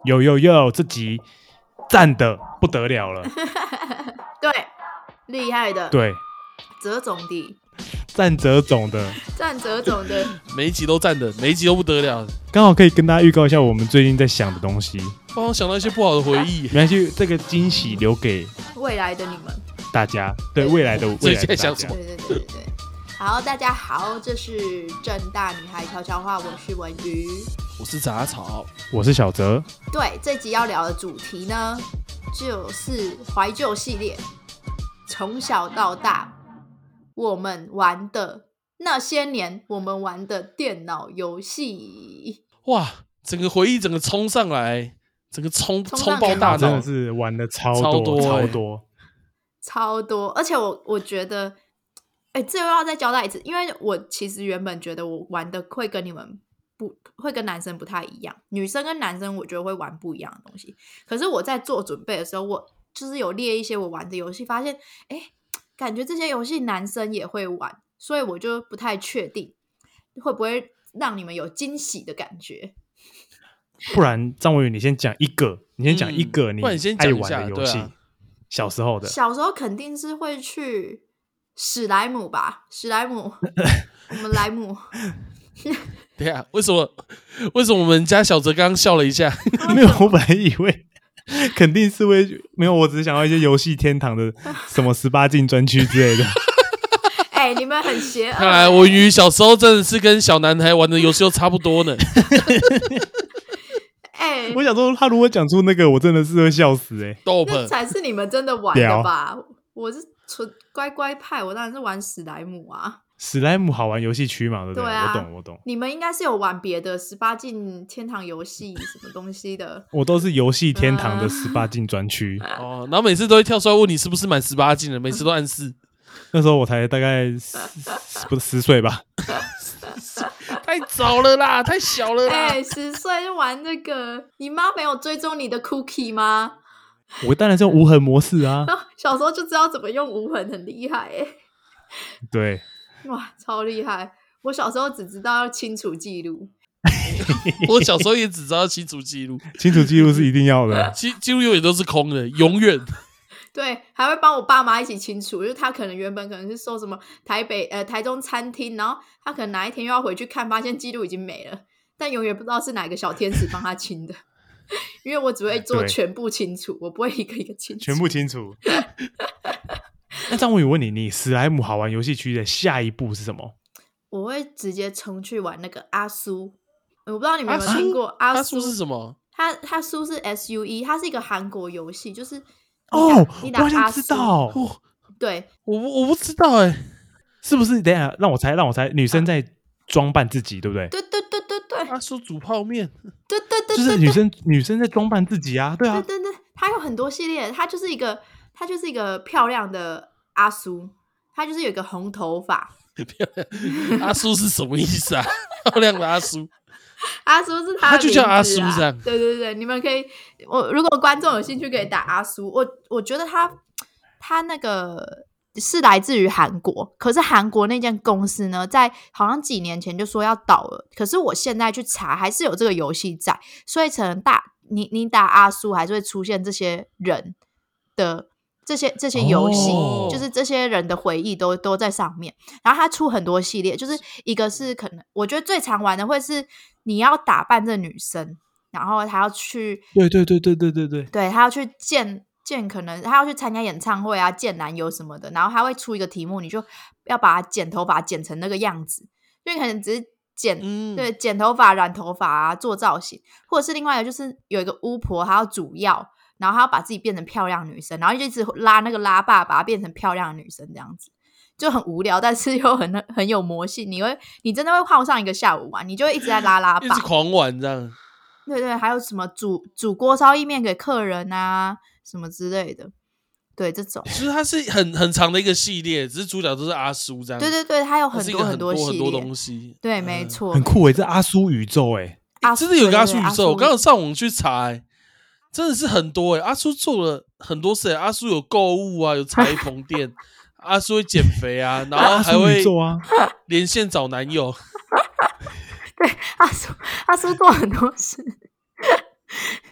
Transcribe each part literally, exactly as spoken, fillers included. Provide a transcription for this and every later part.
有有有，这集赞的不得了了， 对，厉害的， 对， 折总的， 赞折总的， 赞折总的， 每一集都赞的，每一集都不得了。 刚好可以跟大家预告一下我们最近在想的东西。 帮我想到一些不好的回忆， 没关系，这个惊喜留给未来的你们， 大家，对未来的未来的大家。 想什么？ 对对对对对。好，大家好，这是正大女孩悄悄话，我是文瑜， 我是杂草， 我是小泽。 对，这集要聊的主题呢，就是怀旧系列，从小到大我们玩的那些年，我们玩的电脑游戏。 哇，整个回忆整个冲上来，整个冲冲爆冲上大脑真的，是玩的超超多多超欸多。 超多，而且我我觉得，哎，这又要再交代一次，因为我其实原本觉得我玩的会跟你们不会跟男生不太一样，女生跟男生我觉得会玩不一样的东西。可是我在做准备的时候，我就是有列一些我玩的游戏，发现哎，感觉这些游戏男生也会玩，所以我就不太确定会不会让你们有惊喜的感觉。 不然张文宇，你先讲一个，你先讲一个你不然你先爱讲一下玩的游戏， 对啊小时候的。 小时候肯定是会去史莱姆吧，史莱姆，我们莱姆。 对啊，为什么为什么我们家小泽刚刚笑了一下？ 没有，我本来以为肯定是会没有，我只是想到一些游戏天堂的什么十八禁专区之类的。 哎、你们很邪恶、欸。 看来文瑜小时候真的是跟小男孩玩的游戏都差不多呢。 哎、 我想说，他如果讲出那个，我真的是会笑死哎、欸。 那 Dope， 才是你们真的玩的吧？我是纯乖乖派，我当然是玩史莱姆啊。 史莱姆好玩游戏区嘛，对不对？ 对啊我懂，我懂。 你们应该是有玩别的十八禁天堂游戏什么东西的。 我都是游戏天堂的十八禁专区。 哦，然后每次都会跳出来问你是不是满十八禁了，每次都暗示。 那时候我才大概十不是十岁吧。 太早了啦，太小了啦。 哎、十岁就玩这个，你妈没有追踪你的 cookie 吗？ 我当然是用无痕模式啊。 小时候就知道怎么用无痕，很厉害哎、 对， 哇，超厉害！我小时候只知道要清除记录。 我小时候也只知道清除记录， 清除记录是一定要的。 记记录永远都是空的，永远。 对，还会帮我爸妈一起清除，就是他可能原本可能是说什么台北呃台中餐厅，然后他可能哪一天又要回去看，发现记录已经没了，但永远不知道是哪个小天使帮他清的，因为我只会做对全部清除，我不会一个一个清除。 全部清除。那张文宇问你，你史莱姆好玩游戏区的下一步是什么？ 我会直接冲去玩那个阿苏，我不知道你们有没有阿苏听过阿阿苏苏是什么？ 它它苏是 S U E， 它是一个韩国游戏，就是哦， 你打我好像阿苏， 知道， 哦， 对， 我不我不知道哎、 是不是？等一下让我猜，让我猜，女生在装扮自己，对不对？ 对对对对对阿苏煮泡面， 对对对， 就是女生女生在装扮自己啊，对啊。 对对对，它有很多系列，它就是一个它就是一个漂亮的阿苏，它就是有一个红头发， 漂亮。阿苏是什么意思啊？漂亮的阿苏， 阿苏是他的他就叫阿苏名字啊这样对对对，你们可以，我如果观众有兴趣可以打阿苏，我我觉得他他那个是来自于韩国，可是韩国那间公司呢，在好像几年前就说要倒了，可是我现在去查还是有这个游戏在，所以可能大你你打阿苏还是会出现这些人的。这些这些游戏、 哦就是这些人的回忆都都在上面，然后他出很多系列，就是一个是可能我觉得最常玩的会是你要打扮这女生，然后他要去对对对对对对对， 对他要去见见可能他要去参加演唱会啊，见男友什么的，然后他会出一个题目，你就要把他剪头发剪成那个样子，因为可能只是剪、 嗯， 对剪头发、染头发啊，做造型，或者是另外一个就是有一个巫婆，她要煮药。然后她要把自己变成漂亮女生，然后就一直拉那个拉霸，把她变成漂亮的女生，这样子就很无聊，但是又很很有魔性。你会，你真的会耗上一个下午玩，你就会一直在拉拉霸， 一直狂玩这样。 对对，还有什么煮煮锅烧意面给客人啊，什么之类的，对这种， 就是它是很很长的一个系列，只是主角都是阿苏这样。 对对对，它有它是一很多个很多多系列， 很多东西。 对， 嗯没错， 很酷诶，这阿苏宇宙诶。 阿真的有个阿苏宇宙， 对对对我刚刚上网去查、欸，真的是很多哎、欸。阿苏做了很多事、欸，阿苏有购物啊，有裁缝店，阿苏会减肥啊，然后还阿苏会宇宙啊， 连线找男友。 对，阿苏阿苏做很多事。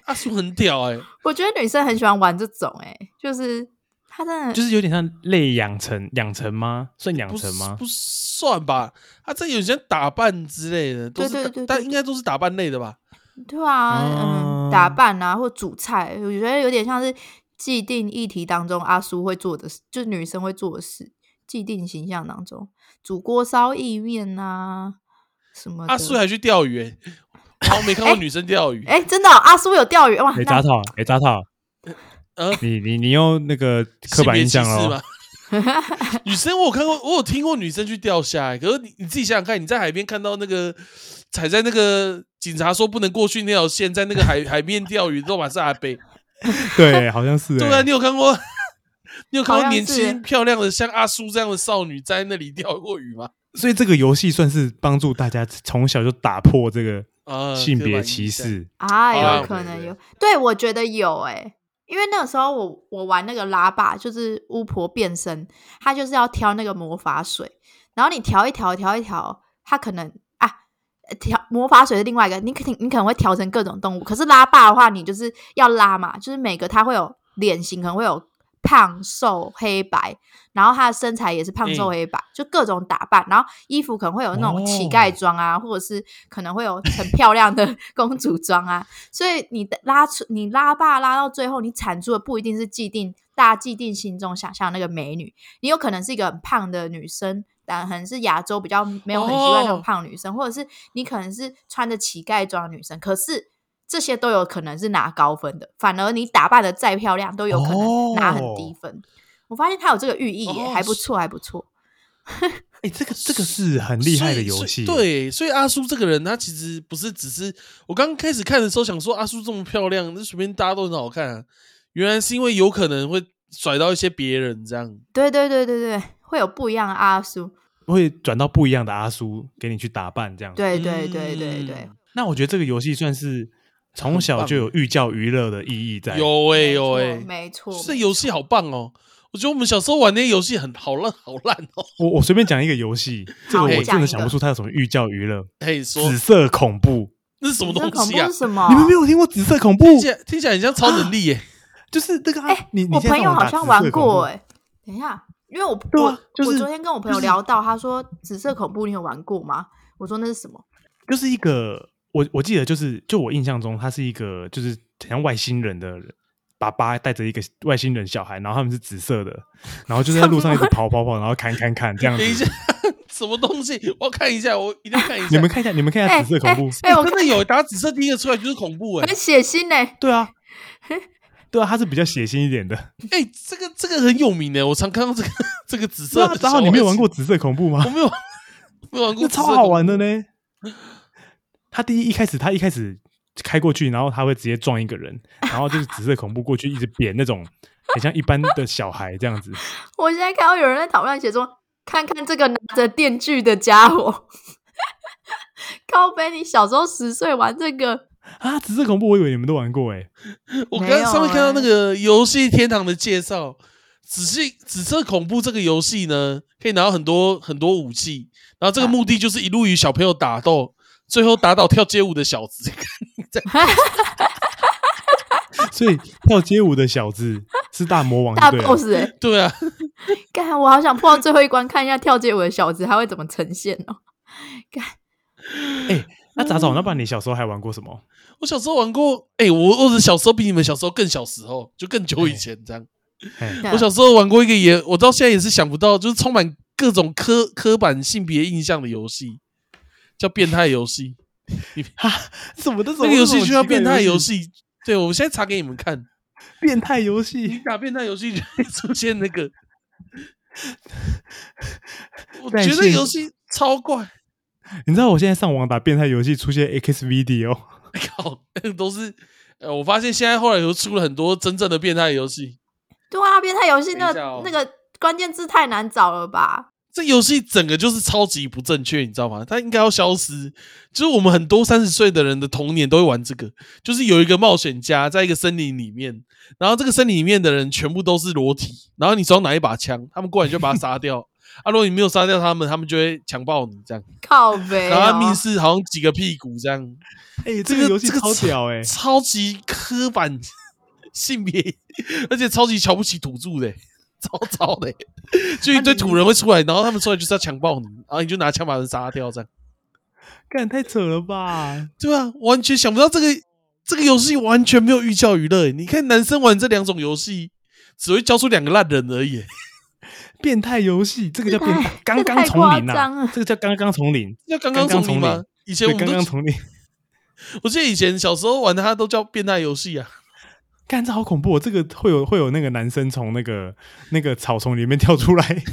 阿叔很屌哎、欸， 我觉得女生很喜欢玩这种、欸，哎，就是她真的就是有点像类养成养成吗？算养不成吗？ 不算吧，他这有些打扮之类的，都是对对对对但应该都是打扮类的吧？ 对啊， 哦嗯，打扮啊，或煮菜，我觉得有点像是既定议题当中阿叔会做的事，就是女生会做的事，既定形象当中，煮锅烧意面啊什么的。 阿叔还去钓鱼、欸，好像没看过女生钓鱼。 哎、欸，真的、哦，阿叔有钓鱼哇？那哎，扎套，哎，扎套， 呃， 你你你用那个刻板印象性别歧视咯。 吗？女生我有看过，我有听过女生去钓虾、欸，可是你你自己想想看，你在海边看到那个踩在那个警察说不能过去那条线，在那个海海边钓鱼，都马是阿伯。 对，好像是、欸。 对啊，你有看过？你有看过年好像是轻漂亮的像阿叔这样的少女在那里钓过鱼吗？ 所以这个游戏算是帮助大家从小就打破这个啊， 性别歧视。 啊， 啊有可能对有，对我觉得有哎、欸，因为那个时候我我玩那个拉霸，就是巫婆变身，她就是要挑那个魔法水，然后你调一调调一调，它可能啊调魔法水是另外一个，你可你可能会调成各种动物，可是拉霸的话，你就是要拉嘛，就是每个它会有脸型，可能会有胖瘦黑白，然后她的身材也是胖瘦黑白，嗯、就各种打扮，然后衣服可能会有那种乞丐装啊，哦、或者是可能会有很漂亮的公主装啊，所以你拉出你拉霸拉到最后，你产出的不一定是既定大家既定心中想象的那个美女，你有可能是一个很胖的女生，但可能是亚洲比较没有很习惯那种胖女生，哦、或者是你可能是穿着乞丐装的女生，可是这些都有可能是拿高分的，反而你打扮的再漂亮都有可能拿很低分。哦、我发现它有这个寓意耶，哦、还不错，还不错。 哎、欸，这个这个是很厉害的游戏。 对，所以阿叔这个人，他其实不是只是我刚开始看的时候想说阿叔这么漂亮，那随便大家都很好看啊。原来是因为有可能会甩到一些别人这样。 对对对对对，会有不一样的阿叔， 会转到不一样的阿叔给你去打扮这样。 对对对对对。 嗯、那我觉得这个游戏算是从小就有寓教于乐的意义在。 有哎、欸、有哎、欸， 没错， 这游戏好棒哦！我觉得我们小时候玩那些游戏很好烂好烂哦。 我我随便讲一个游戏，这个我真的想不出它有什么寓教于乐。 嘿，说紫色恐怖， 那是什么东西啊？ 是什么？ 你们没有听过紫色恐怖？ 听起来听起来很像超能力耶、欸。 就是这个、啊，哎、欸，你我朋友好像玩过哎、欸。等一下，因为我、 啊就是、 我昨天跟我朋友聊到，他说紫色恐怖你有玩过吗？我说那是什么？ 就是一个我我记得就是就我印象中，他是一个就是很像外星人的人。爸爸带着一个外星人小孩，然后他们是紫色的，然后就在路上一直跑跑跑，然后砍砍砍这样子。 等一下，什么东西？我要看一下，我一定要看一下。 你们看一下，你们看一下紫色恐怖。 哎、欸欸欸，我真的有打紫色第一个出来就是恐怖哎、欸， 很血腥哎、欸。 对啊，对啊，它是比较血腥一点的。 哎、欸，这个这个很有名的，我常看到这个这个紫色的。 然后你没有玩过紫色恐怖吗？ 我没有，没有玩过紫色恐怖， 超好玩的呢。他第一一开始，他一开始。开过去，然后他会直接撞一个人，然后就是紫色恐怖过去，一直扁那种很像一般的小孩这样子。 我现在看到有人在讨论写说，看看这个拿着电锯的家伙，靠北，你小时候十岁玩这个啊？紫色恐怖，我以为你们都玩过哎、 欸。我刚上面看到那个游戏天堂的介绍，紫色紫色恐怖这个游戏呢，可以拿到很多很多武器，然后这个目的就是一路与小朋友打斗。最后打倒跳街舞的小子， 所以跳街舞的小子是大魔王， 大 boss 哎、欸， 对啊， 干，我好想破到最后一关，看一下跳街舞的小子他会怎么呈现哦。干， 哎、欸，那杂草，那不然你小时候还玩过什么？ 我小时候玩过，哎、欸，我我的小时候比你们小时候更小时候，就更久以前这样。我小时候玩过一个也，我到现在也是想不到，就是充满各种刻刻板性别印象的游戏。叫变态游戏， 哈，什么的？ 那个游戏就叫变态游戏。对，我现在查给你们看， 变态游戏， 你打变态游戏就会出现那个。我觉得游戏超怪。 你知道我现在上网打变态游戏，出现 X video， 靠，那个都是。呃，我发现现在后来又出了很多真正的变态游戏。 对啊，变态游戏那个、 哦、 那个关键字太难找了吧？ 这游戏整个就是超级不正确，你知道吗？它应该要消失。就是我们很多三十岁的人的童年都会玩这个，就是有一个冒险家在一个森林里面，然后这个森林里面的人全部都是裸体，然后你只要拿一把枪，他们过来就把他杀掉， 啊，如果你没有杀掉他们，他们就会强暴你这样。 靠北、哦， 然后他密室好像几个屁股这样。 哎、欸， 这个游戏这个超屌哎、欸， 超级刻板性别，而且超级瞧不起土著的、欸，超糟的、欸。就一堆土人会出来，然后他们出来就是要强暴你，然后你就拿枪把人杀掉这样。 干太扯了吧？ 对啊，完全想不到这个这个游戏完全没有寓教于乐、欸。你看男生玩这两种游戏，只会教出两个烂人而已、欸。 变态游戏，这个叫变态，刚刚从零啊，这个叫刚刚从零， 叫刚刚从零吗？以前我们刚刚从零， 我记得以前小时候玩的，它都叫变态游戏啊。 干，这好恐怖、哦！这个会有会有那个男生从那个那个草丛里面跳出来。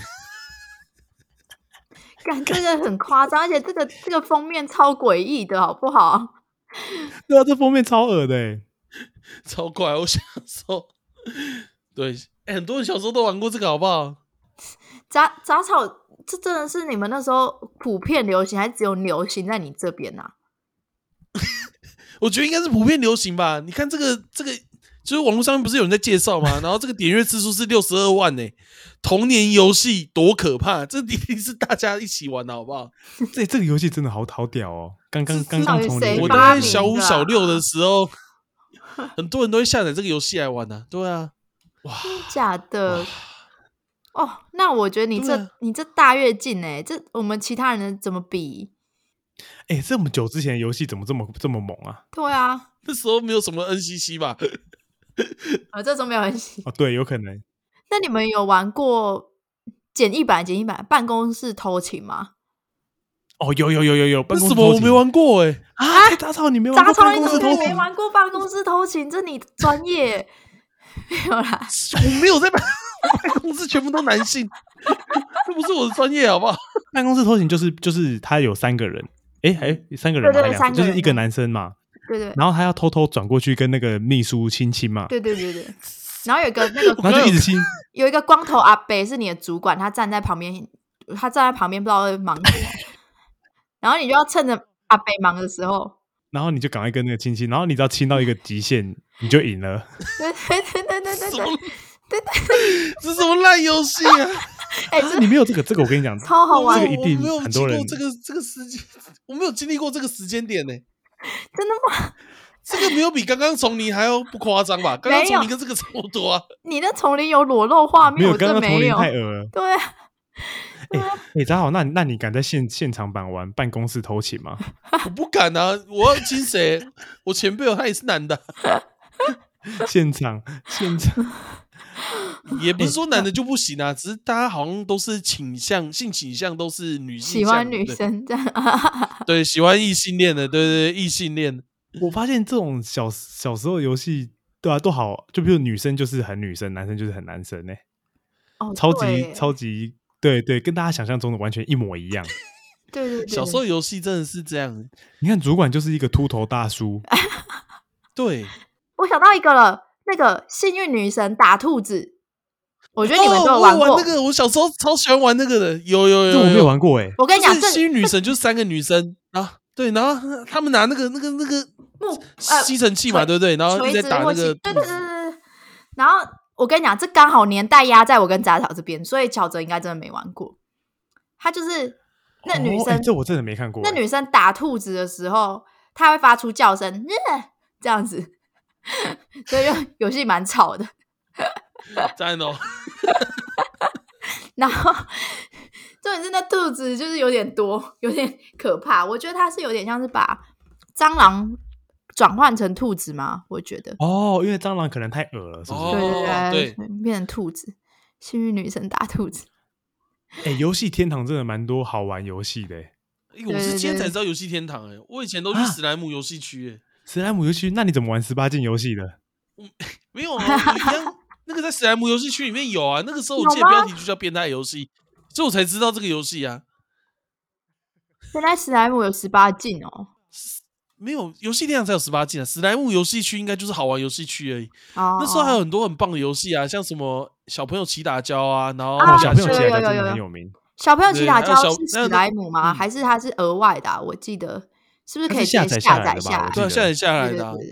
干，这个很夸张，而且这个这个封面超诡异的，好不好？ 对啊，这封面超恶的、欸， 超怪！我小时候，对、欸，很多人小时候都玩过这个，好不好？ 杂杂草，这真的是你们那时候普遍流行，还是只有流行在你这边啊？ 我觉得应该是普遍流行吧。你看这个这个，就是网络上面不是有人在介绍吗？然后这个点阅次数是六十二万呢、欸。童年游戏多可怕！这一定是大家一起玩的，好不好？ 这这个游戏真的好好屌哦！刚刚刚刚从我在小五小六的时候，很多人都会下载这个游戏来玩呢、啊。对啊，哇， 假的哦。那我觉得你这、啊、你这大跃进哎，这我们其他人怎么比？ 哎、欸，这么久之前的游戏怎么这么这么猛啊？ 对啊， 那时候没有什么 N C C 吧？ 啊，这时候没有 N C C 哦，对，有可能。 那你们有玩过简易版、简易版办公室偷情吗？ 哦，有有有有有，办公室偷情什么我没玩过哎、欸、 啊！杂草你没玩过办公室偷情？ 没玩过办公室偷情，这你专业没有啦？ 我没有在办公室，全部都男性，这不是我的专业好不好？ 办公室偷情就是就是他有三个人，哎、欸，还三个人嘛， 对对对， 就是一个男生嘛， 对对， 然后他要偷偷转过去跟那个秘书亲亲嘛， 对对对对。然后有一个那个， 然后就一直亲， 有一个光头阿伯是你的主管，他站在旁边，他站在旁边不知道在忙什么，然后你就要趁着阿伯忙的时候， 然后你就赶快跟那个亲亲，然后你只要亲到一个极限，你就赢了。 对对对对对对对对对，这什么烂游戏啊！ 哎、 欸，你没有这个，这个我跟你讲， 超好玩， 这个一定很多人这个这个时间，我没有经历过这个时间点呢、欸。 真的吗？ 这个没有比刚刚丛林还要不夸张吧？刚刚丛林跟这个差不多啊。 你的丛林有裸露画面， 没有， 我这刚刚丛林太恶了。 对啊， 哎哎，杂好，那那你敢在现现场版玩办公室偷情吗？ 我不敢啊！我要亲谁？我前辈他也是男的。 现场现场也不是说男的就不行啊，只是大家好像都是倾向性倾向都是女性， 喜欢女生这样。 对，喜欢异性恋的，对对对，异性恋。 我发现这种小小时候的游戏，对啊，都好，就比如女生就是很女生，男生就是很男生呢、欸。 哦， 超级超级，对对，跟大家想象中的完全一模一样。 对对对， 小时候游戏真的是这样。 你看，主管就是一个秃头大叔。 对， 我想到一个了，那个幸运女神打兔子，我觉得你们都有玩过。 哦、我玩那个，我小时候超喜欢玩那个的，有有有有， 这我没有玩过哎、欸。 我跟你讲， 幸运女神就是三个女生啊。对，然后他们拿那个、那个、那个木吸尘器嘛，对不对？然后一直在打那个， 对对对对对。然后我跟你讲，这刚好年代压在我跟杂草这边，所以乔哲应该真的没玩过。他就是那女生， 哦欸、这我真的没看过、 欸。那女生打兔子的时候，她会发出叫声，呃、这样子，所以游戏蛮吵的。 赞哦。 然后重点是那兔子就是有点多，有点可怕。我觉得它是有点像是把蟑螂转换成兔子吗？我觉得哦，因为蟑螂可能太恶了，是不是？ 对对对对，变成兔子，幸运女神打兔子。 哎、欸，游戏天堂真的蛮多好玩游戏的、欸。 欸、我是今天才知道游戏天堂哎、欸，我以前都去史莱姆游戏区哎、欸。 史莱姆游戏区，那你怎么玩十八禁游戏的？ 没有啊，我一样。那个在史莱姆游戏区里面有啊，那个时候我记得标题就叫变态游戏，所以我才知道这个游戏啊。 原来史莱姆有十八禁哦。 没有，游戏天堂才有十八禁啊。史莱姆游戏区应该就是好玩游戏区而已。 哦， 那时候还有很多很棒的游戏啊，像什么小朋友骑打胶啊，然后、 啊、小朋友骑打胶真的很有名。 小朋友骑打胶是史莱姆吗？还是它是额外的、啊？我记得是不是可以下载下载下来？ 对，下载下来的、啊。 对对对。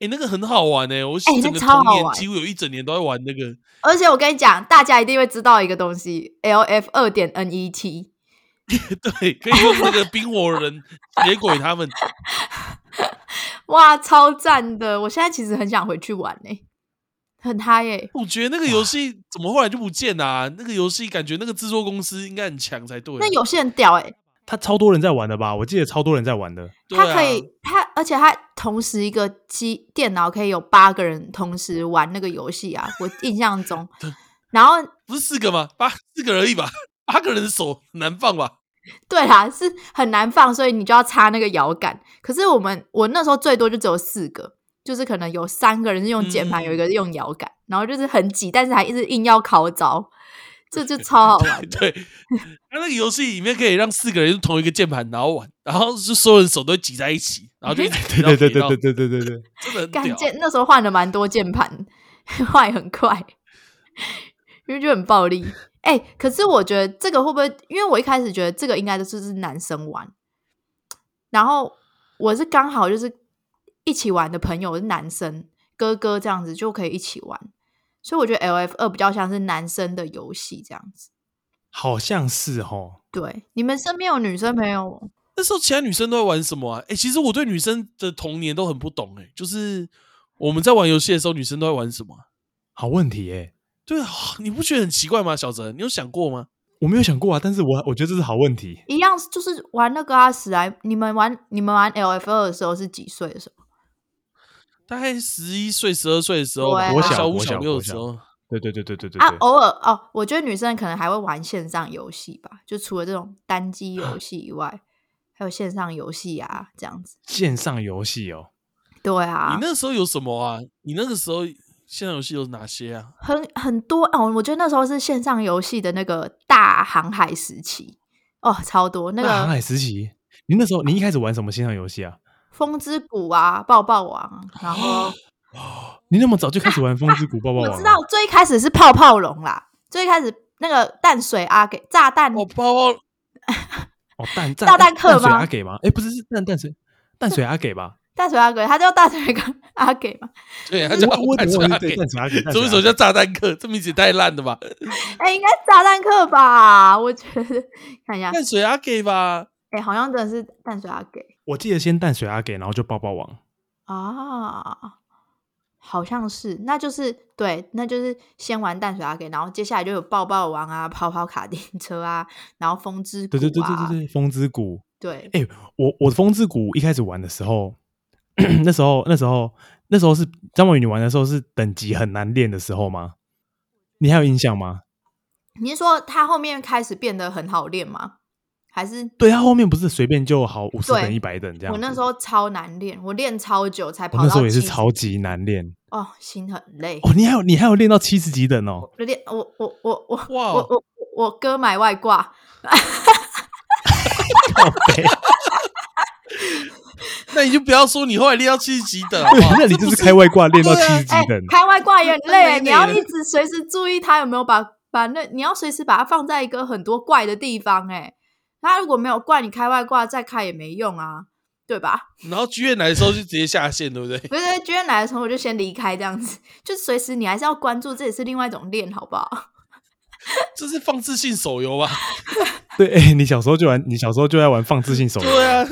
哎、欸，那个很好玩哎、欸，我欸、 整个童年几乎有一整年都在玩那个。 而且我跟你讲，大家一定会知道一个东西 ，L F 二点 N E T。 对，可以用那个冰火人、野鬼他们。 哇，超赞的！我现在其实很想回去玩哎、欸，很嗨哎、欸。 我觉得那个游戏怎么后来就不见了、啊？那个游戏感觉那个制作公司应该很强才对、啊。 那游戏很屌哎、欸。 他超多人在玩的吧？我记得超多人在玩的。 他可以，他而且他同时一个机电脑可以有八个人同时玩那个游戏啊！我印象中，然后不是四个吗？八四个而已吧？八个人的手很难放吧？ 对啦，是很难放，所以你就要插那个摇杆。可是我们我那时候最多就只有四个，就是可能有三个人是用键盘，嗯、有一个是用摇杆，然后就是很挤，但是还一直硬要考招。这就超好玩的。 对，他那个游戏里面可以让四个人用同一个键盘然后玩，然后就所有人手都挤在一起，然后就一直对对对对对对对对对， 真的很屌。 键那时候换了蛮多键盘，换很快，因为就很暴力。哎、欸，可是我觉得这个会不会？因为我一开始觉得这个应该都是男生玩，然后我是刚好就是一起玩的朋友是男生哥哥这样子就可以一起玩。所以我觉得 L F 二 比较像是男生的游戏这样子， 好像是齁。 对，你们身边有女生朋友？ 那时候其他女生都在玩什么啊？哎、欸，其实我对女生的童年都很不懂哎、欸，就是我们在玩游戏的时候，女生都在玩什么、啊？ 好问题哎、欸， 对啊，你不觉得很奇怪吗？小哲，你有想过吗？ 我没有想过啊，但是我我觉得这是好问题。 一样就是玩那个啊，史莱，你们玩你们玩 L F 二 的时候是几岁的时候？ 大概十一岁、十二岁的时候， 啊、 国小、 小五、小六的时候。 对对对对对对啊，偶尔哦，我觉得女生可能还会玩线上游戏吧，就除了这种单机游戏以外，还有线上游戏啊，这样子。 线上游戏哦， 对啊。 你那时候有什么啊？你那个时候线上游戏有哪些啊？ 很很多哦，我觉得那时候是线上游戏的那个大航海时期哦，超多那个大航海时期。你那时候你一开始玩什么线上游戏啊？ 风之谷啊，爆爆王，然后。 你那么早就开始玩风之谷爆爆王、啊啊？我知道，最开始是泡泡龙啦，最开始那个淡水阿给炸弹哦，泡泡哦蛋炸弹客吗？ 淡水阿给吗？哎，不是是淡淡水淡水阿给吧？ 淡水阿给，他叫淡水阿给吗？ 对，他叫淡水阿给。淡水阿给， 为什么叫炸弹客？这名字也太烂了吧？ 哎、欸，应该是炸弹客吧？我觉得看一下， 淡水阿给吧？ 哎、欸，好像真的是淡水阿给。 我记得先淡水阿给，然后就爆爆王啊。好像是，那就是对，那就是先玩淡水阿给，然后接下来就有爆爆王啊、跑跑卡丁车啊，然后风之谷、啊， 对对对对对对，风之谷。 对， 哎、欸，我我风之谷一开始玩的时候，那时候那时候那时候是张文宇，你玩的时候是等级很难练的时候吗？你还有印象吗？ 你是说他后面开始变得很好练吗？还是对他后面不是随便就好五十等一百等这样子？ 我那时候超难练，我练超久才跑到。 我那时候也是超级难练哦，心很累哦。你还有你还有练到七十几等哦？ 我练我我我我哇我我我哥买外挂， 那你就不要说你后来练到七十几等好不好？ 那你就是开外挂练到七十几等、 欸，开外挂也很累，你要一直随时注意他有没有把把那你要随时把它放在一个很多怪的地方哎、欸。他如果没有怪，你开外挂再开也没用啊，对吧？ 然后剧院来的时候就直接下线，对不对？ 不是，剧院来的时候我就先离开，这样子，就随时你还是要关注，这也是另外一种练，好不好？ 这是放置性手游吧？ 对，哎、欸，你小时候就玩，你小时候就在玩放置性手游， 对啊。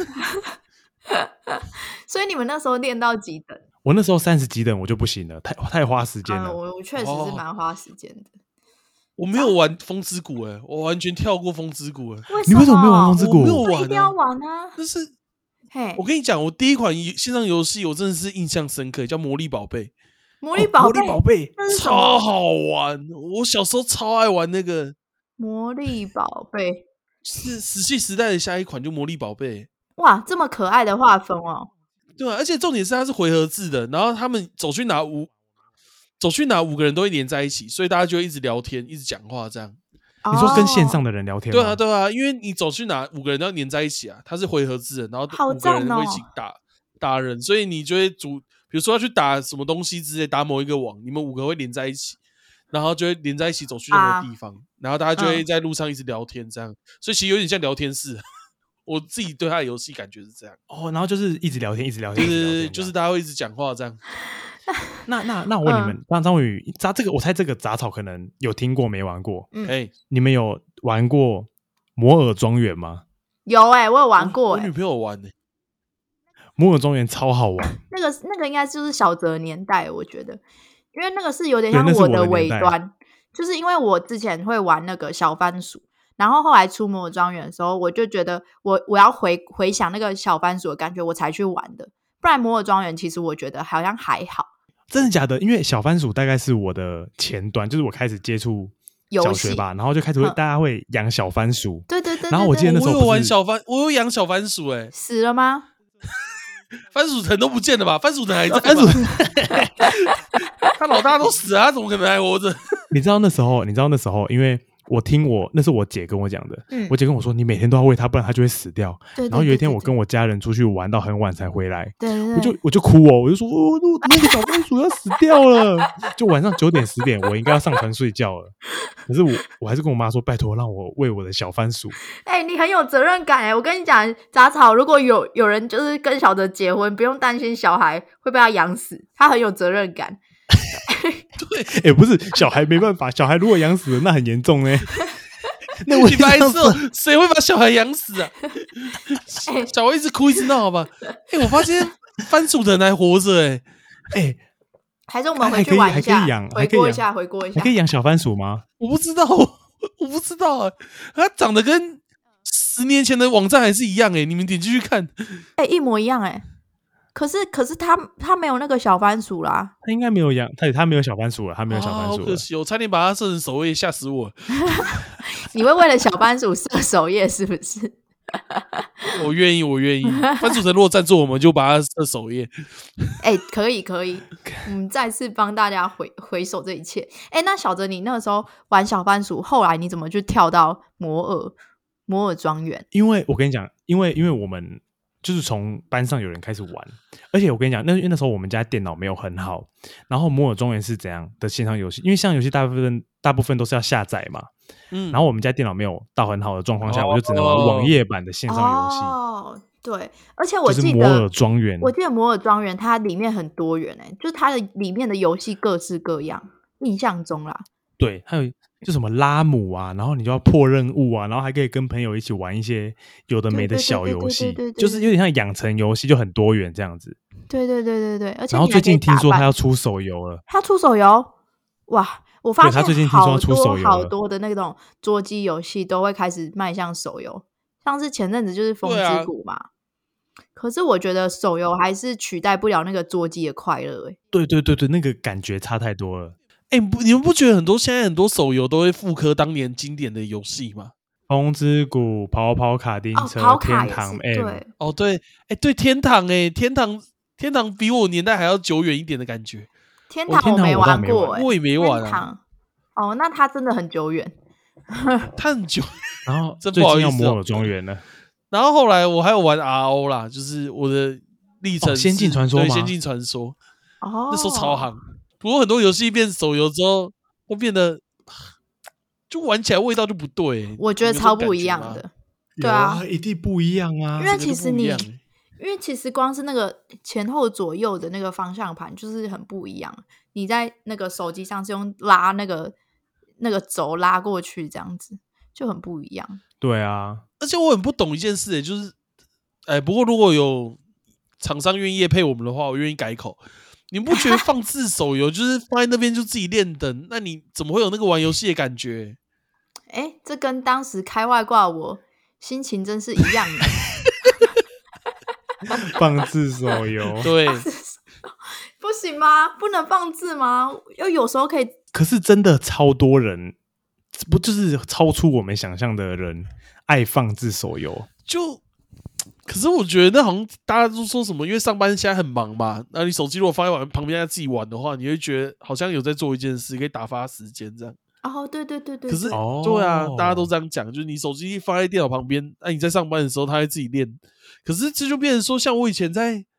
所以你们那时候练到几等？ 我那时候三十几等，我就不行了，太太花时间了。 啊、我我确实是蛮花时间的。哦我没有玩风之谷哎、欸，我完全跳过风之谷哎、 欸。 你为什么没有玩风之谷？ 我没有玩、啊， 一定要玩啊！ 但是， 嘿， 我跟你讲，我第一款线上游戏我真的是印象深刻，叫《魔力宝贝》。 魔力宝贝， 魔力宝贝超好玩！我小时候超爱玩那个魔力宝贝， 是石器时代的下一款，就魔力宝贝。 哇，这么可爱的画风哦！ 对啊，而且重点是它是回合制的，然后他们走去哪五走去哪五个人都会连在一起，所以大家就会一直聊天，一直讲话这样。 你说跟线上的人聊天吗？ 对啊，对啊，因为你走去哪五个人都要连在一起啊，它是回合制的，然后五个人会一起打、哦、打人，所以你就会组，比如说要去打什么东西之类，打某一个网，你们五个会连在一起，然后就会连在一起走去任何地方，啊、然后大家就会在路上一直聊天这样，所以其实有点像聊天室。 我自己对他的游戏感觉是这样。 哦，然后就是一直聊天，一直聊天， 对对对， 一直聊天就是大家会一直讲话这样。 那那那我问你们，张张宇杂这个，我猜这个杂草可能有听过没玩过？ 嗯， 哎， 你们有玩过摩尔庄园吗？ 有哎、我有玩过哎、 我我女朋友玩呢、 摩尔庄园超好玩， 那个那个应该就是小泽年代，我觉得，因为那个是有点对那是我的像的年代尾端，就是因为我之前会玩那个小番薯，然后后来出摩尔庄园的时候，我就觉得我我要回回想那个小番薯的感觉，我才去玩的。不然摩尔庄园其实我觉得好像还好。 真的假的？因为小番薯大概是我的前端，就是我开始接触小学吧，然后就开始会、 嗯、 大家会养小番薯。 对对 对, 对。 然后我记得那时候我有玩小番，我有养小番薯哎、欸， 死了吗？ 番薯藤都不见了吧？番薯藤还在番薯，他老大都死了，他怎么可能还活着？ 你知道那时候，你知道那时候，因为我听我那是我姐跟我讲的、 嗯， 我姐跟我说，你每天都要喂它，不然它就会死掉。 对对对对对， 然后有一天我跟我家人出去玩到很晚才回来， 对对对， 我就我就哭哦，我就说哦，那个小番薯要死掉了。就晚上九点十点，我应该要上床睡觉了。可是我我还是跟我妈说，拜托让我喂我的小番薯。 哎、欸，你很有责任感哎！我跟你讲，杂草如果有有人就是跟小泽结婚，不用担心小孩会被他养死，他很有责任感。 对， 哎、欸，不是小孩没办法，小孩如果养死了，那很严重哎。 那你白痴哦，谁会把小孩养死啊？欸、小孩一直哭一直闹，好吧？哎、欸，我发现番薯藤还活着哎， 哎， 还是我们回去玩一下， 还可以养， 回锅一下，回锅一下， 还可以养小番薯吗？ 我不知道，我不知道啊，它长得跟十年前的网站还是一样哎，你们点进去看， 哎、欸，一模一样哎。可是，可是他他没有那个小番薯啦， 他应该没有养，他他没有小番薯了，他没有小番薯了、 啊，好可惜，我差点把他设成首页，吓死我！ 你会为了小番薯设首页是不是？ 我愿意，我愿意。番薯藤如果赞助我们，就把它设首页。 哎、欸，可以可以，我们再次帮大家回回首这一切。哎、欸，那小泽，你那个时候玩小番薯，后来你怎么去跳到摩尔摩尔庄园？ 因为我跟你讲，因为因为我们。就是从班上有人开始玩，而且我跟你讲，那因为那时候我们家电脑没有很好，然后摩尔庄园是怎样的线上游戏？因为线上游戏大部分大部分都是要下载嘛，嗯，然后我们家电脑没有到很好的状况下，哦、我就只能玩网页版的线上游戏。 哦，对，而且我记得、 就是、摩尔庄园， 我记得摩尔庄园它里面很多元诶、欸，就是它的里面的游戏各式各样，印象中啦。 对，还有就什么拉姆啊，然后你就要破任务啊，然后还可以跟朋友一起玩一些有的没的小游戏，就是有点像养成游戏，就很多元这样子。 对对对对对，而且然后最近听说他要出手游了， 他出手游，哇！我发现他最近听说要出手游了， 好多的那种桌机游戏都会开始迈向手游，像是前阵子就是《风之谷》嘛。啊、可是我觉得手游还是取代不了那个桌机的快乐、欸， 对对对对，那个感觉差太多了。 哎、欸，你们不觉得很多现在很多手游都会复刻当年经典的游戏吗？ 风之谷、跑跑卡丁车、 哦、 天堂 M， 对， 哦对，哎、欸、对，天堂哎、欸，天堂天堂比我年代还要久远一点的感觉。 天堂我没玩过、欸， 我也没玩啊。 哦，那它真的很久远， 它很久。 然后真不好意思、哦， 最近要摩尔庄园了。 然后后来我还有玩 R O 啦，就是我的历程、 哦，仙境传说吗？ 对，仙境传说。 哦， 那时候超行。不过很多游戏变手游之后，会变得就玩起来味道就不对、欸， 我觉得超不一样的。对啊， 一定不一样啊！ 因为其实你，因为其实光是那个前后左右的那个方向盘就是很不一样。你在那个手机上是用拉那个那个轴拉过去，这样子就很不一样。 对啊， 而且我很不懂一件事、欸，就是，哎，不过如果有厂商愿意业配我们的话，我愿意改口。你不觉得放置手游就是放在那边就自己练等？那你怎么会有那个玩游戏的感觉？ 哎、欸，这跟当时开外挂我心情真是一样的。 放置手游， 对， 不行吗？不能放置吗？又有时候可以。 可是真的超多人，不就是超出我们想象的人爱放置手游？ 就。可是我觉得那好像大家都说什么，因为上班现在很忙嘛，那你手机如果放在旁边自己玩的话，你会觉得好像有在做一件事，可以打发时间这样。 哦，对对对对。 可是， 哦、 对啊，大家都这样讲，就是你手机放在电脑旁边，那、啊、你在上班的时候，它会自己练。可是这就变成说，像我以前在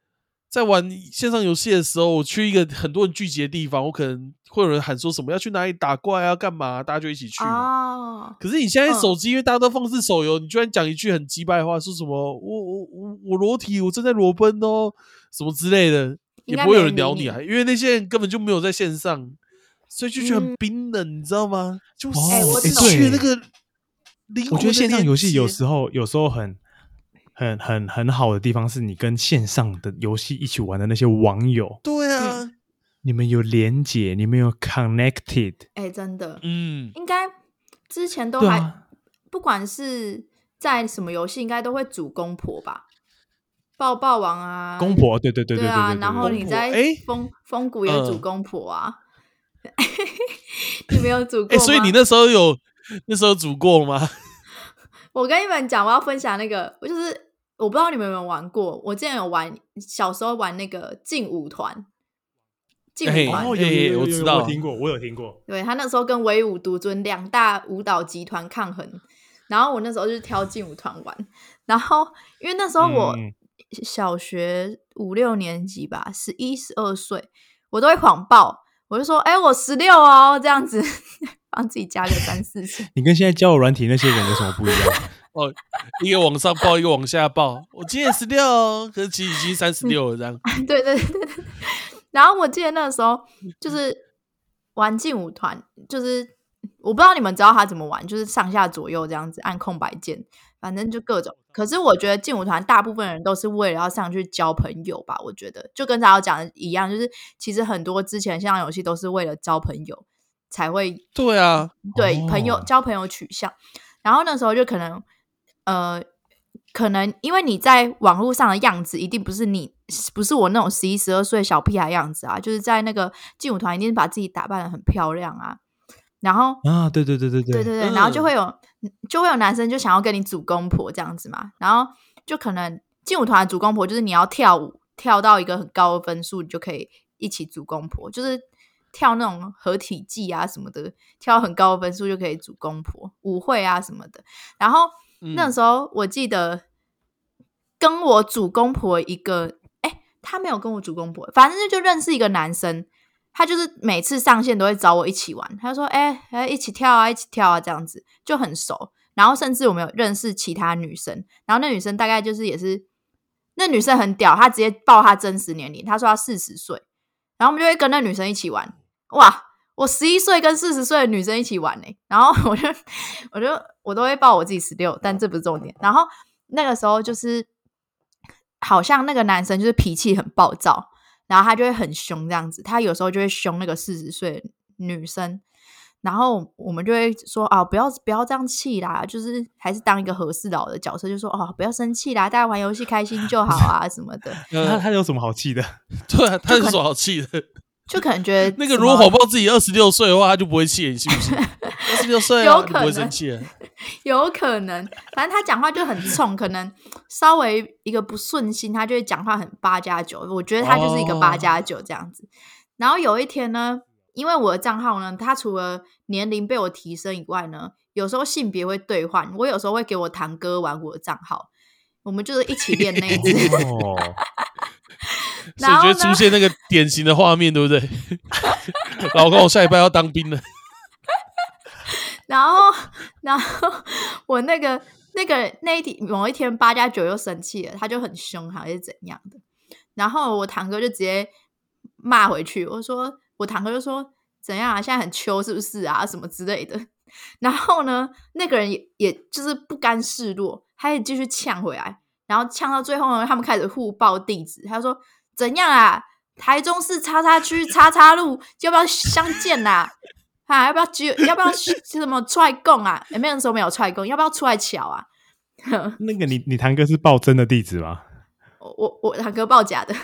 在玩线上游戏的时候，我去一个很多人聚集的地方，我可能会有人喊说什么要去哪里打怪啊，干嘛、啊，大家就一起去嘛。哦、可是你现在手机、嗯，因为大家都放置手游，你居然讲一句很鸡掰的话，说什么我我我我裸体，我正在裸奔哦，什么之类的，也不会有人鸟你啊，因为那些人根本就没有在线上，所以就觉得很冰冷，嗯、你知道吗？就失去了那个灵魂的连接。 我觉得线上游戏有时候有时候很。很很很好的地方是你跟线上的游戏一起玩的那些网友， 对啊， 嗯、你们有连结，你们有 connected， 哎、欸，真的， 嗯， 应该之前都还、啊、不管是在什么游戏，应该都会组公婆吧，抱抱王啊， 公婆，对对对对啊，然后你在风风谷也组公婆啊，嗯、你没有组过吗？ 欸、所以你那时候有那时候组过吗？ 我跟你们讲，我要分享那个，我就是我不知道你们有没有玩过，我之前有玩，小时候玩那个劲舞团，劲舞团， 哦，有有有，我知道，我听过，我有听过。 对，他那时候跟威武独尊两大舞蹈集团抗衡，然后我那时候就是挑劲舞团玩，然后因为那时候我小学五六年级吧，十一十二岁，我都会谎报，我就说，哎、欸，我十六哦，这样子。帮自己加个三四岁。 你跟现在交友软体那些人有什么不一样？ 哦，一个往上报，一个往下报。我今年十六哦，可是其实已经三十六了，这样。 对对对对。然后我记得那个时候就是玩劲舞团，就是我不知道你们知道他怎么玩，就是上下左右这样子按空白键，反正就各种。可是我觉得劲舞团大部分人都是为了要上去交朋友吧，我觉得就跟大家讲的一样，就是其实很多之前线上游戏都是为了交朋友。才会对啊， 对、 哦、 朋友交朋友取向，然后那时候就可能呃，可能因为你在网络上的样子一定不是你不是我那种十一十二岁小屁孩样子啊，就是在那个劲舞团一定是把自己打扮得很漂亮啊，然后啊，对对对对对对对对，然后就会有、嗯、就会有男生就想要跟你组公婆这样子嘛，然后就可能劲舞团的组公婆就是你要跳舞跳到一个很高的分数，你就可以一起组公婆，就是跳那种合体技啊什么的，跳很高的分数就可以组公婆，舞会啊什么的。然后、嗯、那时候我记得跟我组公婆一个，哎，他没有跟我组公婆，反正就认识一个男生，他就是每次上线都会找我一起玩，他就说哎哎一起跳啊一起跳啊这样子，就很熟。然后甚至我们有认识其他女生，然后那女生大概就是也是，那女生很屌，她直接报她真实年龄，她说她四十岁，然后我们就会跟那女生一起玩。哇，我十一岁跟四十岁的女生一起玩欸，然后我就我就我都会报我自己十六，但这不是重点。然后那个时候就是好像那个男生就是脾气很暴躁，然后他就会很凶这样子，他有时候就会凶那个四十岁的女生，然后我们就会说啊，不要不要这样气啦，就是还是当一个和事佬的角色，就说哦，不要生气啦，大家玩游戏开心就好啊什么的。 他他有什么好气的？ 对啊，他有什么好气的？ 就可能觉得那个如果谎报自己二十六岁的话，他就不会气，你信不信？二十六岁啊，就不会生气了。 有可能，反正他讲话就很冲，可能稍微一个不顺心，他就会讲话很八加九。我觉得他就是一个八加九这样子。哦、然后有一天呢，因为我的账号呢，他除了年龄被我提升以外呢，有时候性别会兑换。我有时候会给我堂哥玩我的账号，我们就是一起练那一只。 哦所以就会出现那个典型的画面，对不对？老公，我下礼拜要当兵了。 然后，然后我那个那个那一天某一天八加九又生气了，他就很凶，还是怎样的？然后我堂哥就直接骂回去，我说我堂哥就说怎样啊？现在很秋是不是啊？什么之类的。然后呢，那个人也也就是不甘示弱，他也继续呛回来，然后呛到最后呢，他们开始互报地址，他说。怎样啊？台中市叉叉区叉叉路要不要相见啊？啊，要不要要不要什么出来供啊？有没有人说没有出来供？要不要出来瞧啊？ 那个你你堂哥是报真的地址吗？ 我我我堂哥报假的，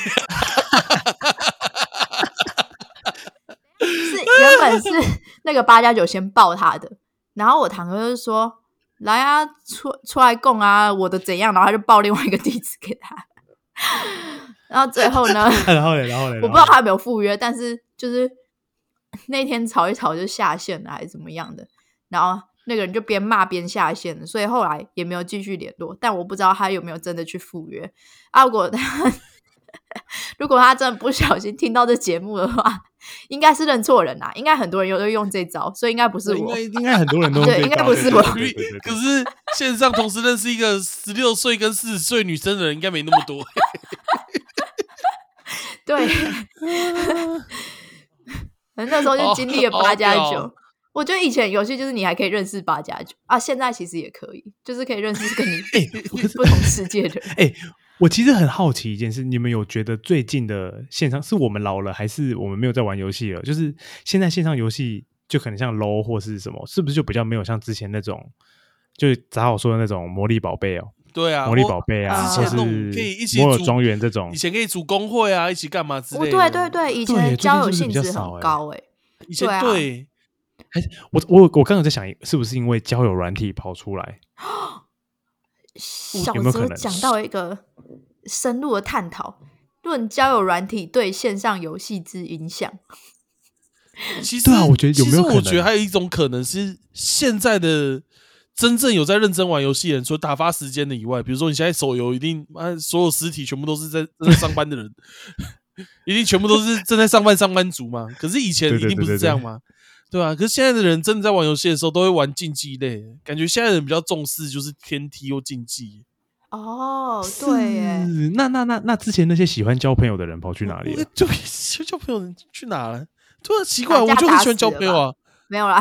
是原本是那个八加九先报他的，然后我堂哥就说来啊，出出来供啊，我的怎样？然后他就报另外一个地址给他。然后最后呢然后嘞然后嘞我不知道他有没有赴约，但是就是那天吵一吵就下线了还是怎么样的，然后那个人就边骂边下线了，所以后来也没有继续联络，但我不知道他有没有真的去赴约啊。如果他如果他真的不小心听到这节目的话，应该是认错人啦，应该很多人有都用这招，所以应该不是我， 应该应该很多人都用这招， 对，应该不是我。 对对对对对可是线上同时认识一个十六岁跟四十岁女生的人，应该没那么多。 对，那时候就经历了八加九。我觉得以前游戏就是你还可以认识八加九啊，现在其实也可以，就是可以认识跟你不同世界的人。 哎、欸，我其实很好奇一件事，你们有觉得最近的线上是我们老了，还是我们没有在玩游戏了？就是现在线上游戏就可能像 L O L 或是什么，是不是就比较没有像之前那种，就是杂好说的那种魔力宝贝哦？ 对啊， 魔力宝贝啊， 之前那种可以一起摩尔庄园这种， 以前可以组工会啊，一起干嘛之类的。 对对对，以前交友性质很高哎、欸， 以前对。对还是我我我刚刚在想，是不是因为交友软体跑出来？ 小泽讲到一个深入的探讨，论交友软体对线上游戏之影响。 其实， 对啊，我觉得有没有可能？ 其实我觉得还有一种可能是，现在的真正有在认真玩游戏的人，除了打发时间的以外，比如说你现在手游一定啊，所有实体全部都是在正在上班的人，一定全部都是正在上班上班族嘛。可是以前一定不是这样嘛。对啊，可是现在的人真的在玩游戏的时候，都会玩竞技类，感觉现在的人比较重视就是天梯或竞技。 哦，对耶， 那那那那之前那些喜欢交朋友的人跑去哪里了？ 对，喜欢交朋友的人去哪了？对啊，奇怪，我就很喜欢交朋友啊。 没有啦，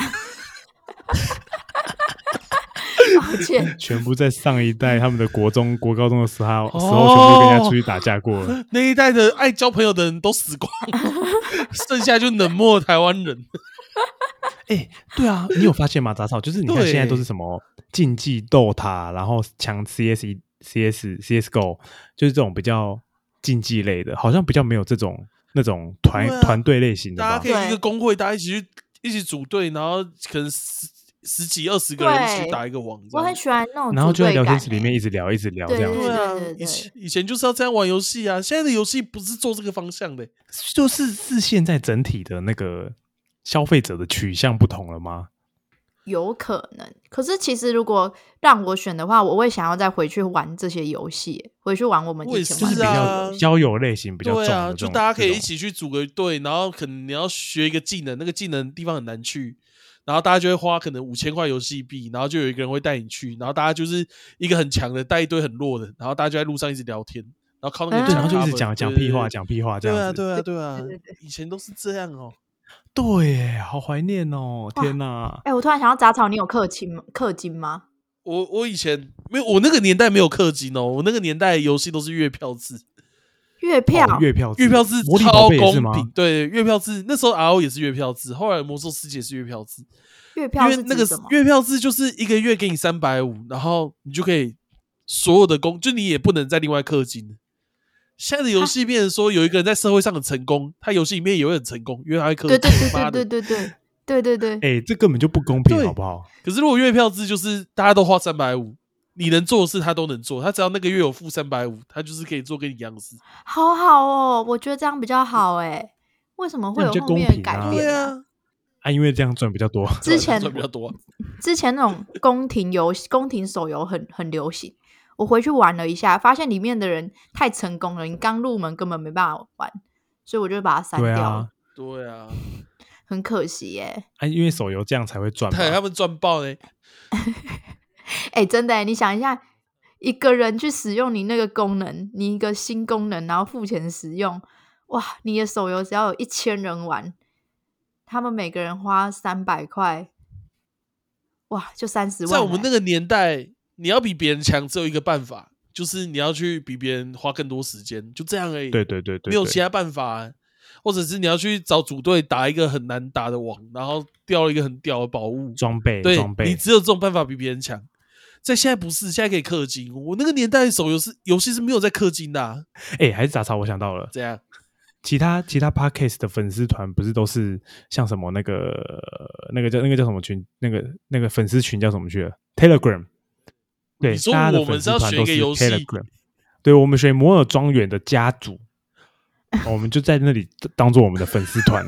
抱歉， 全部在上一代他们的国中、国高中的时候，哦、时候全部跟人家出去打架过了。 那一代的爱交朋友的人都死光了，剩下就冷漠的台湾人。 哎、欸，对啊，你有发现吗？杂草就是你看现在都是什么竞技斗塔，然后强 C S、C S、C S G O， 就是这种比较竞技类的，好像比较没有这种那种团团队类型的吧。 大家可以一个工会，大家一起去一起组队，然后可能十十几二十个人一起打一个网。 我很喜欢那种， 然后就在聊天室里面一直聊，一直聊这样子。 对啊，以前以前就是要这样玩游戏啊，现在的游戏不是做这个方向的， 就是是现在整体的那个。消费者的取向不同了吗？ 有可能，可是其实如果让我选的话，我会想要再回去玩这些游戏，回去玩我们以前玩的比较交友类型比较重的。 对啊，就大家可以一起去组个队，然后可能你要学一个技能，那个技能地方很难去，然后大家就会花可能五千块游戏币，然后就有一个人会带你去，然后大家就是一个很强的带一堆很弱的，然后大家就在路上一直聊天，然后靠那个然后就一直讲讲屁话，讲屁话这样子。 对啊，对啊，对啊，以前都是这样哦。 对耶，好怀念哦！天哪， 哎、欸，我突然想到杂草，你有氪金氪金吗？ 我我以前没有，我那个年代没有氪金哦，我那个年代游戏都是月票制。 月票， 哦、月票制， 月票制超公平。对，月票制那时候 R O 也是月票制，后来魔兽世界是月票制。 月票是那个月票制就是一个月给你三百五，然后你就可以所有的工，就你也不能再另外氪金。现在的游戏变成说有一个人在社会上很成功，他游戏里面也会很成功，因为他会氪金。 对对对对对对对对对对。 哎、欸，这根本就不公平，好不好？ 可是如果月票制就是大家都花三百五，你能做的事他都能做，他只要那个月有付三百五，他就是可以做跟你一样的事。 好好哦，我觉得这样比较好哎、欸。为什么会有后面的改变啊？啊， 啊因为这样赚比较多。 之前赚比较多、啊， 之前那种宫廷游戏、宫廷手游很很流行。我回去玩了一下，发现里面的人太成功了，你刚入门根本没办法玩，所以我就把它删掉了。 对啊， 很可惜耶、 欸。啊，因为手游这样才会赚， 对，他们赚爆嘞。 哎、欸，真的耶，你想一下，一个人去使用你那个功能，你一个新功能，然后付钱使用，哇，你的手游只要有一千人玩，他们每个人花三百块，哇，就三十万。 在我们那个年代。你要比别人强，只有一个办法，就是你要去比别人花更多时间，就这样而已。 对对 对, 对， 没有其他办法、啊。或者是你要去找组队打一个很难打的网，然后掉了一个很屌的宝物装备， 对， 装备， 你只有这种办法比别人强。在现在不是，现在可以氪金。我那个年代手游是游戏是没有在氪金的、啊。 哎、欸，还是杂草，我想到了， 这样。 其他其他 podcast 的粉丝团不是都是像什么那个那个叫那个叫什么群，那个那个粉丝群叫什么去了 ？Telegram。对， 你说我们是要选一个游戏， 对，我们选摩尔庄园的家族，我们就在那里当做我们的粉丝团。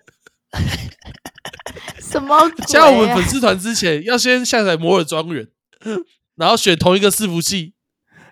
什么鬼啊？ 加我们粉丝团之前，要先下载摩尔庄园，然后选同一个伺服器，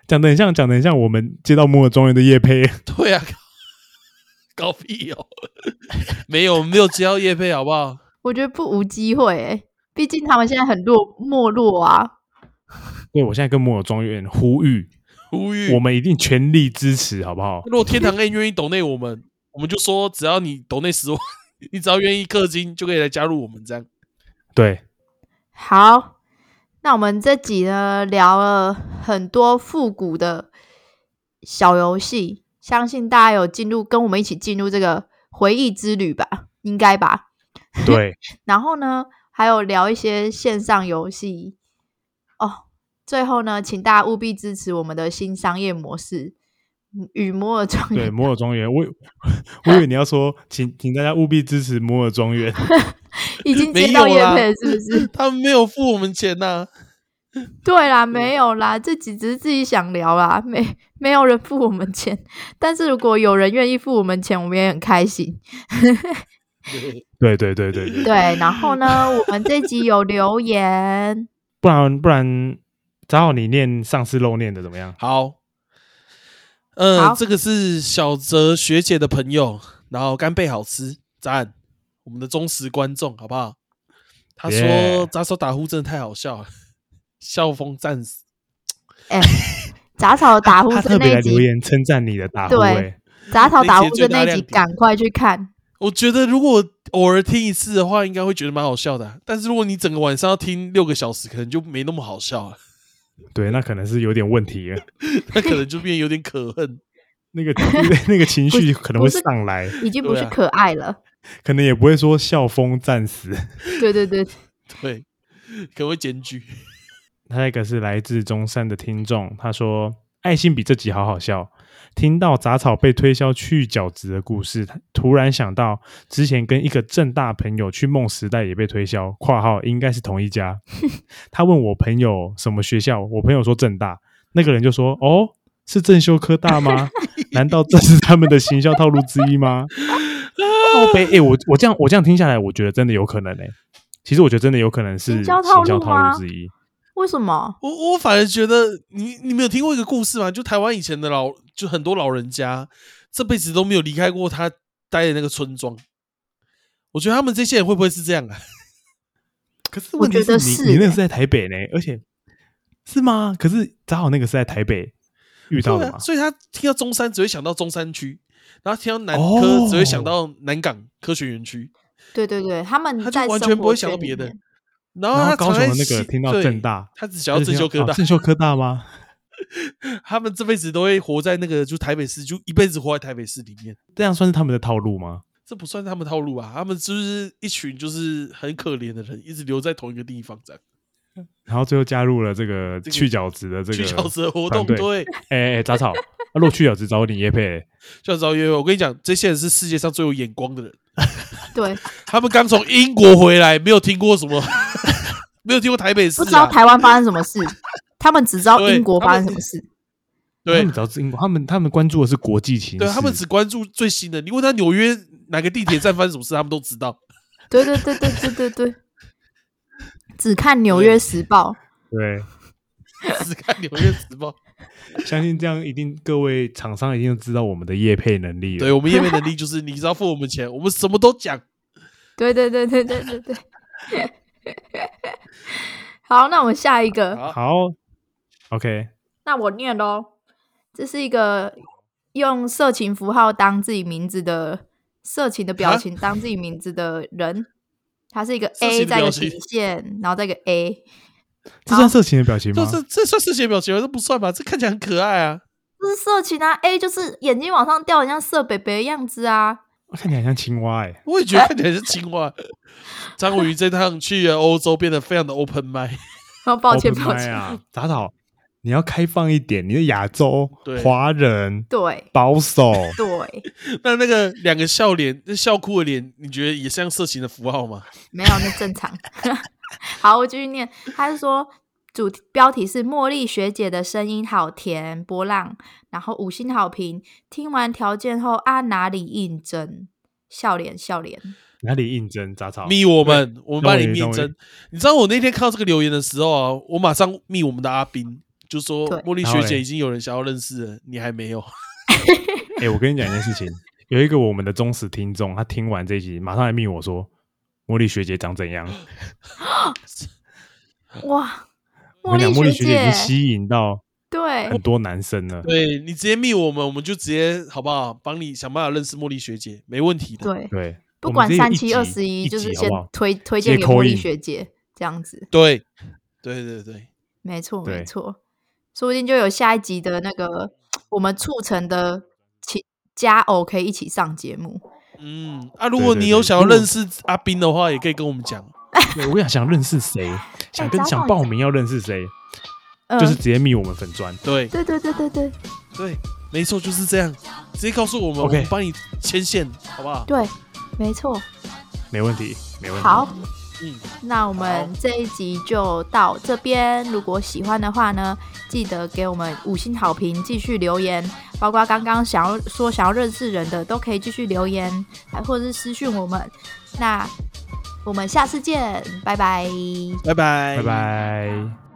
讲的很像，讲的很像我们接到摩尔庄园的业配。 对啊，搞屁哦！没有，没有接到业配，好不好？ 我觉得不无机会诶，毕竟他们现在很落没落啊。 对，我现在跟摩尔庄园呼吁， 呼吁我们一定全力支持，好不好？ 如果天堂 A 愿意抖内我们，我们就说只要你抖内十万，你只要愿意氪金，就可以来加入我们这样。 对， 好。那我们这集呢聊了很多复古的小游戏，相信大家有进入跟我们一起进入这个回忆之旅吧，应该吧？ 对。 然后呢，还有聊一些线上游戏哦。最后呢，请大家务必支持我们的新商业模式与摩尔庄园。 对，摩尔庄园，我我以为你要说，请请大家务必支持摩尔庄园。 已经接到业配了是不是？ 他们没有付我们钱呐、 啊。对啦，没有啦，这集只是自己想聊啦，没没有人付我们钱。但是如果有人愿意付我们钱，我们也很开心。 对对对对对。 对，然后呢，我们这集有留言， 不然不然，正好你念上次漏念的怎么样？ 好，呃，这个是小泽学姐的朋友，然后干贝好吃，赞。我们的忠实观众，好不好？他说：“ yeah. 杂草打呼真的太好笑了，笑疯战死。” 哎，杂草打呼他特别来留言称赞你的打呼、欸。对， 杂草打呼的那一集赶快去看。 我觉得如果偶尔听一次的话，应该会觉得蛮好笑的、啊。但是如果你整个晚上要听六个小时，可能就没那么好笑了。 对，那可能是有点问题了， 那可能就变有点可恨， 那个那个情绪可能会上来， 已经不是可爱了。 可能也不会说笑疯战死， 对对对对，可能会检举。 他一个是来自中山的听众，他说爱心比这集好好笑，听到杂草被推销去角质的故事，突然想到之前跟一个政大朋友去梦时代也被推销，括号应该是同一家。他问我朋友什么学校，我朋友说政大，那个人就说哦，是正修科大吗？难道这是他们的行销套路之一吗？靠北，欸，我我这样我这样听下来，我觉得真的有可能欸。其实我觉得真的有可能是行销套路之一。 为什么？ 我我反而觉得，你你没有听过一个故事吗？就台湾以前的老，就很多老人家这辈子都没有离开过他待的那个村庄。我觉得他们这些人会不会是这样啊？ 可是问题是你是你那个是在台北呢，而且是吗？可是正好那个是在台北遇到的嘛， 啊，所以他听到中山只会想到中山区。然后听到南科只会想到南港科学园区， 对对对，他们他就完全不会想到别的。然后他高雄的那个听到政大， 他只想要正修科大， 正修科大吗？ 他们这辈子都会活在那个就台北市，就一辈子活在台北市里面。 这样算是他们的套路吗？ 这不算是他们套路啊，他们就是一群就是很可怜的人，一直留在同一个地方这样。 然后最后加入了这个去角质的这个去角质的活动，对， 哎哎、欸，杂草，啊，如果去角质找你业配， 去角质找业配，我跟你讲，这些人是世界上最有眼光的人。 对， 他们刚从英国回来，没有听过什么，没有听过台北市、啊， 不知道台湾发生什么事，他们只知道英国发生什么事。 对， 他们只知道英国，他们他们关注的是国际情势， 对他们只关注最新的。你问他纽约哪个地铁站发生什么事，他们都知道。 对对对对对对对。只看《纽约时报》， 对， 只看《纽约时报》。 相信这样一定各位厂商一定知道我们的业配能力了。 对，我们业配能力就是你只要付我们钱，我们什么都讲。 对对对对对对对。好，那我们下一个。 好 ，OK。 那我念咯。这是一个用色情符号当自己名字的色情的表情当自己名字的人。它是一个 A 在一个底线，然后再一个 A， 这算色情的表情吗？ 这这算色情的表情吗？这不算吧？这看起来很可爱啊。 这是色情啊 ，A 就是眼睛往上掉，很像色北北的样子啊。 看起来像青蛙哎、欸， 我也觉得看起来是青蛙。张伟这趟去了欧洲，变得非常的 open mind。 哦，抱歉抱歉啊，杂草。你要开放一点，你的亚洲华人对保守对， 那那个两个笑脸、那笑哭的脸，你觉得也像色情的符号吗？ 没有，那正常。好，我继续念。他是说主标题是茉莉学姐的声音好甜，波浪，然后五星好评。听完条件后啊，哪里应征？笑脸笑脸， 哪里应征？杂草密我们，我们帮你应征。你知道我那天看到这个留言的时候啊，我马上密我们的阿斌。 就说茉莉学姐已经有人想要认识了，你还没有。 哎、欸，我跟你讲一件事情，有一个我们的忠实听众，他听完这一集，马上来密我说，茉莉学姐长怎样？ 哇， 我跟你讲，茉莉学姐已经吸引到对很多男生了。 对，你直接密我们，我们就直接好不好？帮你想办法认识茉莉学姐，没问题的。 对对， 不管三七二十一，就是先推推荐给茉莉学姐这样子。 对，对对对， 没错没错，说不定就有下一集的那个我们促成的佳偶可以一起上节目。 嗯啊，如果你有想要认识阿彬的话，也可以跟我们讲。 对，我想想认识谁，想跟想报名要认识谁，嗯、就是直接密我们粉专。 对对对对对对对，没错，就是这样，直接告诉我们， okay. 我们帮你牵线，好不好？ 对，没错， 没问题，没问题。 好， 嗯， 那我们这一集就到这边。如果喜欢的话呢，记得给我们五星好评，继续留言。包括刚刚想要说想要认识人的，都可以继续留言，还或者是私讯我们。那我们下次见，拜拜， 拜拜， 拜拜。